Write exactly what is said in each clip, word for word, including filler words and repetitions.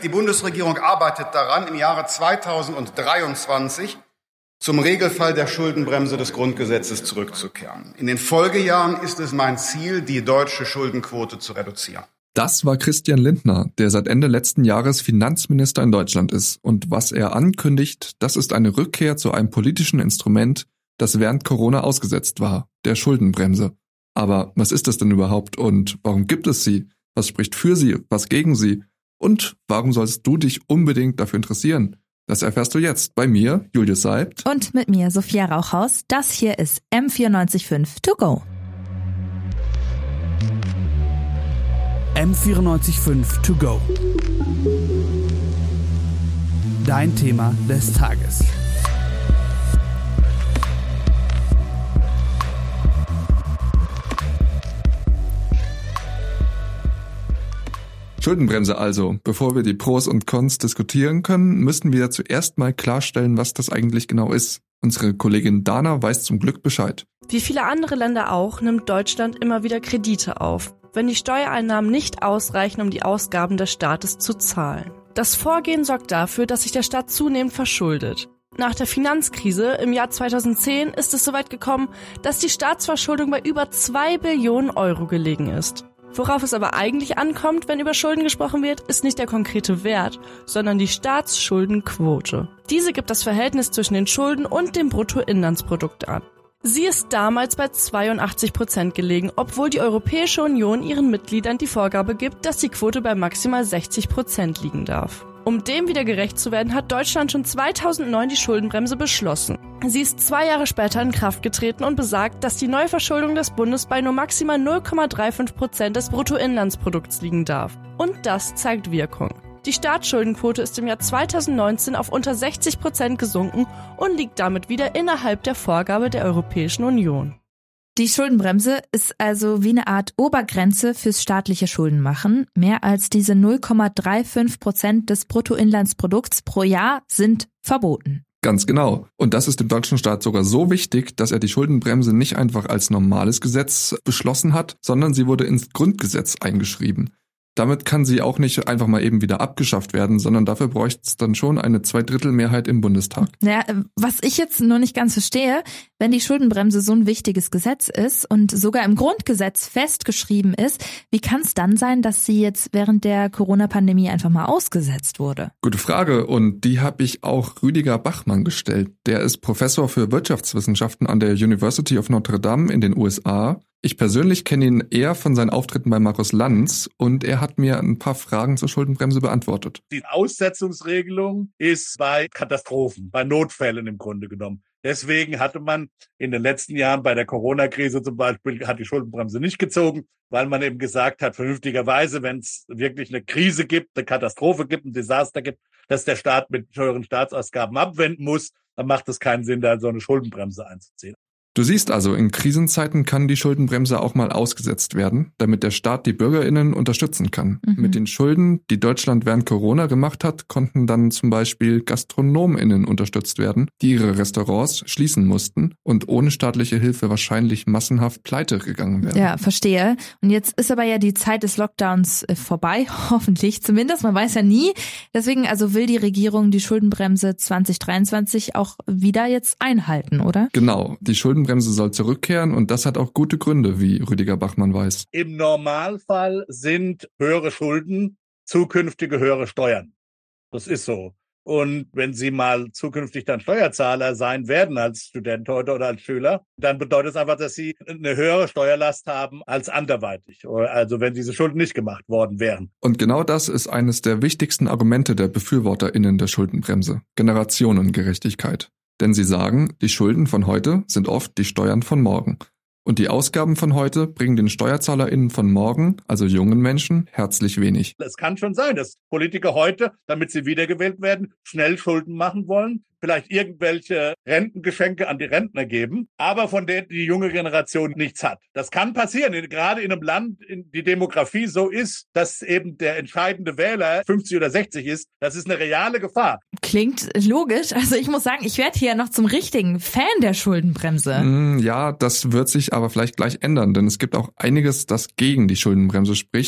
Die Bundesregierung arbeitet daran, im Jahre zweitausenddreiundzwanzig zum Regelfall der Schuldenbremse des Grundgesetzes zurückzukehren. In den Folgejahren ist es mein Ziel, die deutsche Schuldenquote zu reduzieren. Das war Christian Lindner, der seit Ende letzten Jahres Finanzminister in Deutschland ist. Und was er ankündigt, das ist eine Rückkehr zu einem politischen Instrument, das während Corona ausgesetzt war, der Schuldenbremse. Aber was ist das denn überhaupt und warum gibt es sie? Was spricht für sie, was gegen sie? Und warum sollst du dich unbedingt dafür interessieren? Das erfährst du jetzt bei mir, Julius Seibt. Und mit mir, Sophia Rauchhaus. Das hier ist M vierundneunzig Komma fünf to go. M vierundneunzig Komma fünf to go. Dein Thema des Tages. Schuldenbremse also. Bevor wir die Pros und Cons diskutieren können, müssen wir zuerst mal klarstellen, was das eigentlich genau ist. Unsere Kollegin Dana weiß zum Glück Bescheid. Wie viele andere Länder auch, nimmt Deutschland immer wieder Kredite auf, wenn die Steuereinnahmen nicht ausreichen, um die Ausgaben des Staates zu zahlen. Das Vorgehen sorgt dafür, dass sich der Staat zunehmend verschuldet. Nach der Finanzkrise im Jahr zweitausendzehn ist es soweit gekommen, dass die Staatsverschuldung bei über zwei Billionen Euro gelegen ist. Worauf es aber eigentlich ankommt, wenn über Schulden gesprochen wird, ist nicht der konkrete Wert, sondern die Staatsschuldenquote. Diese gibt das Verhältnis zwischen den Schulden und dem Bruttoinlandsprodukt an. Sie ist damals bei zweiundachtzig Prozent gelegen, obwohl die Europäische Union ihren Mitgliedern die Vorgabe gibt, dass die Quote bei maximal sechzig Prozent liegen darf. Um dem wieder gerecht zu werden, hat Deutschland schon zweitausendneun die Schuldenbremse beschlossen. Sie ist zwei Jahre später in Kraft getreten und besagt, dass die Neuverschuldung des Bundes bei nur maximal null Komma fünfunddreißig Prozent des Bruttoinlandsprodukts liegen darf. Und das zeigt Wirkung. Die Staatsschuldenquote ist im Jahr zweitausendneunzehn auf unter sechzig Prozent gesunken und liegt damit wieder innerhalb der Vorgabe der Europäischen Union. Die Schuldenbremse ist also wie eine Art Obergrenze fürs staatliche Schuldenmachen. Mehr als diese null Komma fünfunddreißig Prozent des Bruttoinlandsprodukts pro Jahr sind verboten. Ganz genau. Und das ist dem deutschen Staat sogar so wichtig, dass er die Schuldenbremse nicht einfach als normales Gesetz beschlossen hat, sondern sie wurde ins Grundgesetz eingeschrieben. Damit kann sie auch nicht einfach mal eben wieder abgeschafft werden, sondern dafür bräuchte es dann schon eine Zweidrittelmehrheit im Bundestag. Naja, was ich jetzt nur nicht ganz verstehe, wenn die Schuldenbremse so ein wichtiges Gesetz ist und sogar im Grundgesetz festgeschrieben ist, wie kann es dann sein, dass sie jetzt während der Corona-Pandemie einfach mal ausgesetzt wurde? Gute Frage, und die habe ich auch Rüdiger Bachmann gestellt. Der ist Professor für Wirtschaftswissenschaften an der University of Notre Dame in den U S A. Ich persönlich kenne ihn eher von seinen Auftritten bei Markus Lanz und er hat mir ein paar Fragen zur Schuldenbremse beantwortet. Die Aussetzungsregelung ist bei Katastrophen, bei Notfällen im Grunde genommen. Deswegen hatte man in den letzten Jahren bei der Corona-Krise zum Beispiel, hat die Schuldenbremse nicht gezogen, weil man eben gesagt hat, vernünftigerweise, wenn es wirklich eine Krise gibt, eine Katastrophe gibt, ein Desaster gibt, dass der Staat mit teuren Staatsausgaben abwenden muss, dann macht es keinen Sinn, da so eine Schuldenbremse einzuziehen. Du siehst also, in Krisenzeiten kann die Schuldenbremse auch mal ausgesetzt werden, damit der Staat die BürgerInnen unterstützen kann. Mhm. Mit den Schulden, die Deutschland während Corona gemacht hat, konnten dann zum Beispiel GastronomInnen unterstützt werden, die ihre Restaurants schließen mussten und ohne staatliche Hilfe wahrscheinlich massenhaft pleite gegangen wären. Ja, verstehe. Und jetzt ist aber ja die Zeit des Lockdowns vorbei, hoffentlich zumindest, man weiß ja nie. Deswegen also will die Regierung die Schuldenbremse zwanzig dreiundzwanzig auch wieder jetzt einhalten, oder? Genau, die Schuldenbremse Schuldenbremse soll zurückkehren und das hat auch gute Gründe, wie Rüdiger Bachmann weiß. Im Normalfall sind höhere Schulden zukünftige höhere Steuern. Das ist so. Und wenn Sie mal zukünftig dann Steuerzahler sein werden als Student heute oder als Schüler, dann bedeutet es einfach, dass Sie eine höhere Steuerlast haben als anderweitig. Also wenn diese Schulden nicht gemacht worden wären. Und genau das ist eines der wichtigsten Argumente der BefürworterInnen der Schuldenbremse. Generationengerechtigkeit. Denn sie sagen, die Schulden von heute sind oft die Steuern von morgen. Und die Ausgaben von heute bringen den SteuerzahlerInnen von morgen, also jungen Menschen, herzlich wenig. Es kann schon sein, dass Politiker heute, damit sie wiedergewählt werden, schnell Schulden machen wollen, vielleicht irgendwelche Rentengeschenke an die Rentner geben, aber von denen die junge Generation nichts hat. Das kann passieren, gerade in einem Land, in die Demografie so ist, dass eben der entscheidende Wähler fünfzig oder sechzig ist. Das ist eine reale Gefahr. Klingt logisch. Also ich muss sagen, ich werde hier noch zum richtigen Fan der Schuldenbremse. Ja, das wird sich aber vielleicht gleich ändern, denn es gibt auch einiges, das gegen die Schuldenbremse spricht.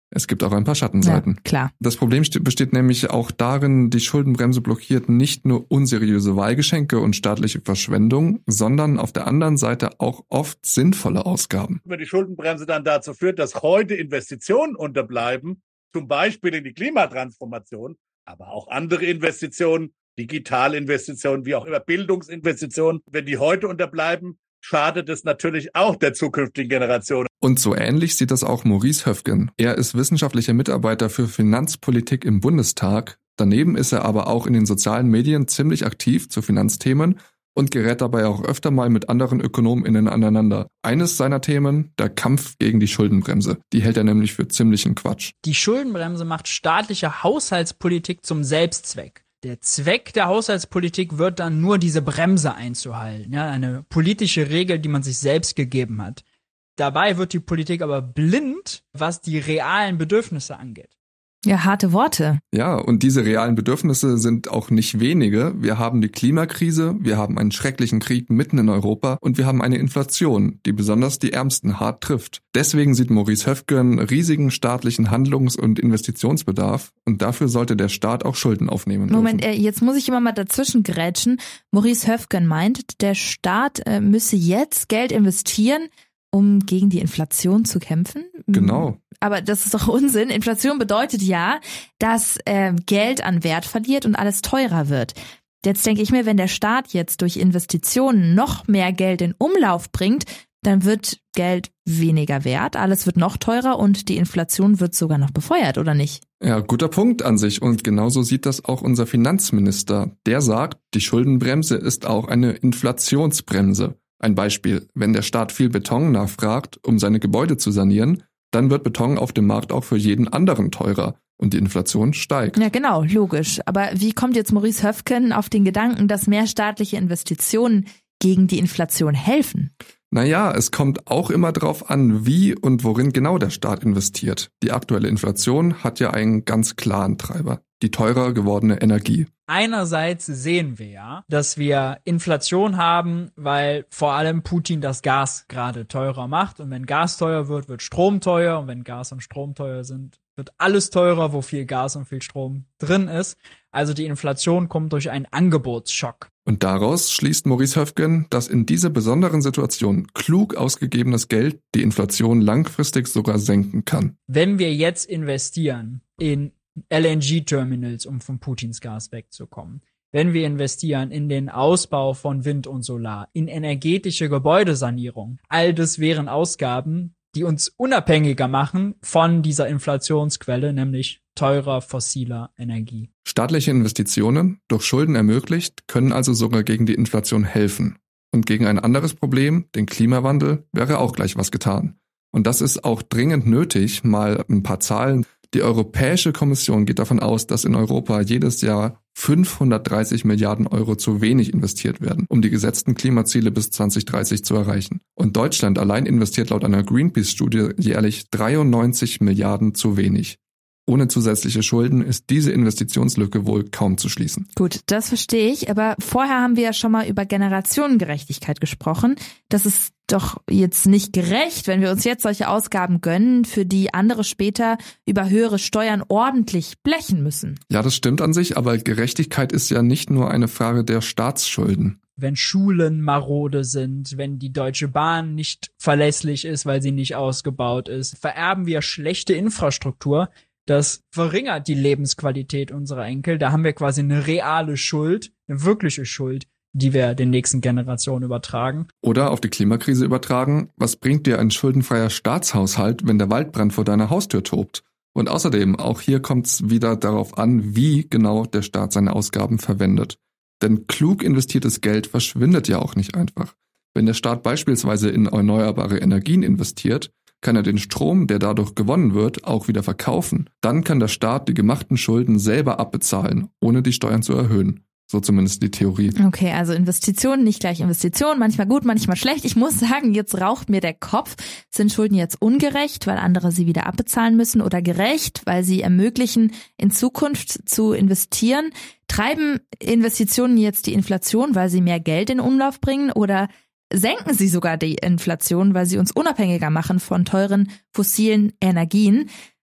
Es gibt auch ein paar Schattenseiten. Ja, klar. Das Problem besteht nämlich auch darin, die Schuldenbremse blockiert nicht nur unseriöse Wahlgeschenke und staatliche Verschwendung, sondern auf der anderen Seite auch oft sinnvolle Ausgaben. Wenn die Schuldenbremse dann dazu führt, dass heute Investitionen unterbleiben, zum Beispiel in die Klimatransformation, aber auch andere Investitionen, Digitalinvestitionen, wie auch immer, Bildungsinvestitionen, wenn die heute unterbleiben, schadet es natürlich auch der zukünftigen Generation. Und so ähnlich sieht das auch Maurice Höfgen. Er ist wissenschaftlicher Mitarbeiter für Finanzpolitik im Bundestag. Daneben ist er aber auch in den sozialen Medien ziemlich aktiv zu Finanzthemen und gerät dabei auch öfter mal mit anderen ÖkonomInnen aneinander. Eines seiner Themen, der Kampf gegen die Schuldenbremse. Die hält er nämlich für ziemlichen Quatsch. Die Schuldenbremse macht staatliche Haushaltspolitik zum Selbstzweck. Der Zweck der Haushaltspolitik wird dann nur diese Bremse einzuhalten, ja, eine politische Regel, die man sich selbst gegeben hat. Dabei wird die Politik aber blind, was die realen Bedürfnisse angeht. Ja, harte Worte. Ja, und diese realen Bedürfnisse sind auch nicht wenige. Wir haben die Klimakrise, wir haben einen schrecklichen Krieg mitten in Europa und wir haben eine Inflation, die besonders die Ärmsten hart trifft. Deswegen sieht Maurice Höfgen riesigen staatlichen Handlungs- und Investitionsbedarf und dafür sollte der Staat auch Schulden aufnehmen dürfen. Moment, äh, jetzt muss ich immer mal dazwischen grätschen. Maurice Höfgen meint, der Staat äh, müsse jetzt Geld investieren, um gegen die Inflation zu kämpfen. Genau. Aber das ist doch Unsinn. Inflation bedeutet ja, dass äh, Geld an Wert verliert und alles teurer wird. Jetzt denke ich mir, wenn der Staat jetzt durch Investitionen noch mehr Geld in Umlauf bringt, dann wird Geld weniger wert, alles wird noch teurer und die Inflation wird sogar noch befeuert, oder nicht? Ja, guter Punkt an sich und genauso sieht das auch unser Finanzminister. Der sagt, die Schuldenbremse ist auch eine Inflationsbremse. Ein Beispiel, wenn der Staat viel Beton nachfragt, um seine Gebäude zu sanieren, dann wird Beton auf dem Markt auch für jeden anderen teurer und die Inflation steigt. Ja, genau, logisch. Aber wie kommt jetzt Maurice Höfgen auf den Gedanken, dass mehr staatliche Investitionen gegen die Inflation helfen? Naja, es kommt auch immer drauf an, wie und worin genau der Staat investiert. Die aktuelle Inflation hat ja einen ganz klaren Treiber, die teurer gewordene Energie. Einerseits sehen wir ja, dass wir Inflation haben, weil vor allem Putin das Gas gerade teurer macht. Und wenn Gas teuer wird, wird Strom teuer. Und wenn Gas und Strom teuer sind, wird alles teurer, wo viel Gas und viel Strom drin ist. Also die Inflation kommt durch einen Angebotsschock. Und daraus schließt Maurice Höfgen, dass in dieser besonderen Situation klug ausgegebenes Geld die Inflation langfristig sogar senken kann. Wenn wir jetzt investieren in L N G-Terminals, um von Putins Gas wegzukommen, wenn wir investieren in den Ausbau von Wind und Solar, in energetische Gebäudesanierung, all das wären Ausgaben, die uns unabhängiger machen von dieser Inflationsquelle, nämlich teurer fossiler Energie. Staatliche Investitionen, durch Schulden ermöglicht, können also sogar gegen die Inflation helfen. Und gegen ein anderes Problem, den Klimawandel, wäre auch gleich was getan. Und das ist auch dringend nötig, mal ein paar Zahlen. Die Europäische Kommission geht davon aus, dass in Europa jedes Jahr fünfhundertdreißig Milliarden Euro zu wenig investiert werden, um die gesetzten Klimaziele bis zwanzig dreißig zu erreichen. Und Deutschland allein investiert laut einer Greenpeace-Studie jährlich dreiundneunzig Milliarden zu wenig. Ohne zusätzliche Schulden ist diese Investitionslücke wohl kaum zu schließen. Gut, das verstehe ich, aber vorher haben wir ja schon mal über Generationengerechtigkeit gesprochen. Das ist doch jetzt nicht gerecht, wenn wir uns jetzt solche Ausgaben gönnen, für die andere später über höhere Steuern ordentlich blechen müssen. Ja, das stimmt an sich, aber Gerechtigkeit ist ja nicht nur eine Frage der Staatsschulden. Wenn Schulen marode sind, wenn die Deutsche Bahn nicht verlässlich ist, weil sie nicht ausgebaut ist, vererben wir schlechte Infrastruktur. Das verringert die Lebensqualität unserer Enkel. Da haben wir quasi eine reale Schuld, eine wirkliche Schuld, die wir den nächsten Generationen übertragen. Oder auf die Klimakrise übertragen, was bringt dir ein schuldenfreier Staatshaushalt, wenn der Waldbrand vor deiner Haustür tobt? Und außerdem, auch hier kommt es wieder darauf an, wie genau der Staat seine Ausgaben verwendet. Denn klug investiertes Geld verschwindet ja auch nicht einfach. Wenn der Staat beispielsweise in erneuerbare Energien investiert, kann er den Strom, der dadurch gewonnen wird, auch wieder verkaufen. Dann kann der Staat die gemachten Schulden selber abbezahlen, ohne die Steuern zu erhöhen. So zumindest die Theorie. Okay, also Investitionen nicht gleich Investitionen, manchmal gut, manchmal schlecht. Ich muss sagen, jetzt raucht mir der Kopf. Sind Schulden jetzt ungerecht, weil andere sie wieder abbezahlen müssen, oder gerecht, weil sie ermöglichen, in Zukunft zu investieren? Treiben Investitionen jetzt die Inflation, weil sie mehr Geld in Umlauf bringen, oder senken sie sogar die Inflation, weil sie uns unabhängiger machen von teuren fossilen Energien?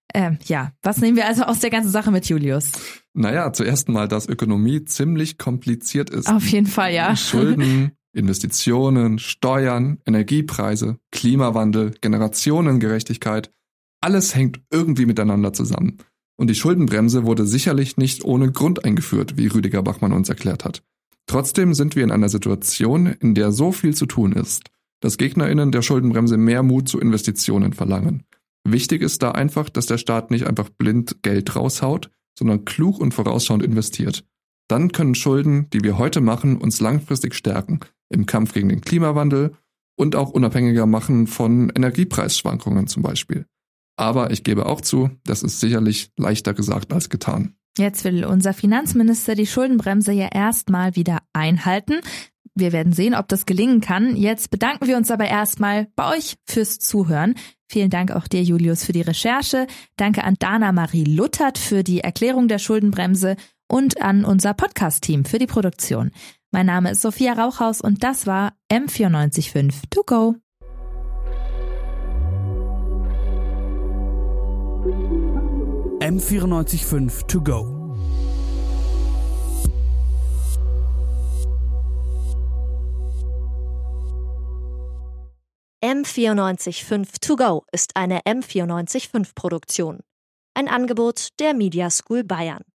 Ähm, ja, was nehmen wir also aus der ganzen Sache mit, Julius? Naja, zuerst mal, dass Ökonomie ziemlich kompliziert ist. Auf jeden Fall, ja. Schulden, Investitionen, Steuern, Energiepreise, Klimawandel, Generationengerechtigkeit, alles hängt irgendwie miteinander zusammen. Und die Schuldenbremse wurde sicherlich nicht ohne Grund eingeführt, wie Rüdiger Bachmann uns erklärt hat. Trotzdem sind wir in einer Situation, in der so viel zu tun ist, dass GegnerInnen der Schuldenbremse mehr Mut zu Investitionen verlangen. Wichtig ist da einfach, dass der Staat nicht einfach blind Geld raushaut, sondern klug und vorausschauend investiert. Dann können Schulden, die wir heute machen, uns langfristig stärken im Kampf gegen den Klimawandel und auch unabhängiger machen von Energiepreisschwankungen zum Beispiel. Aber ich gebe auch zu, das ist sicherlich leichter gesagt als getan. Jetzt will unser Finanzminister die Schuldenbremse ja erstmal wieder einhalten. Wir werden sehen, ob das gelingen kann. Jetzt bedanken wir uns aber erstmal bei euch fürs Zuhören. Vielen Dank auch dir, Julius, für die Recherche. Danke an Dana-Marie Luttert für die Erklärung der Schuldenbremse und an unser Podcast-Team für die Produktion. Mein Name ist Sophia Rauchhaus und das war M vierundneunzig Komma fünf To Go. M vierundneunzig Komma fünf To Go. M vierundneunzig Komma fünf To Go ist eine M vierundneunzig Komma fünf Produktion. Ein Angebot der Media School Bayern.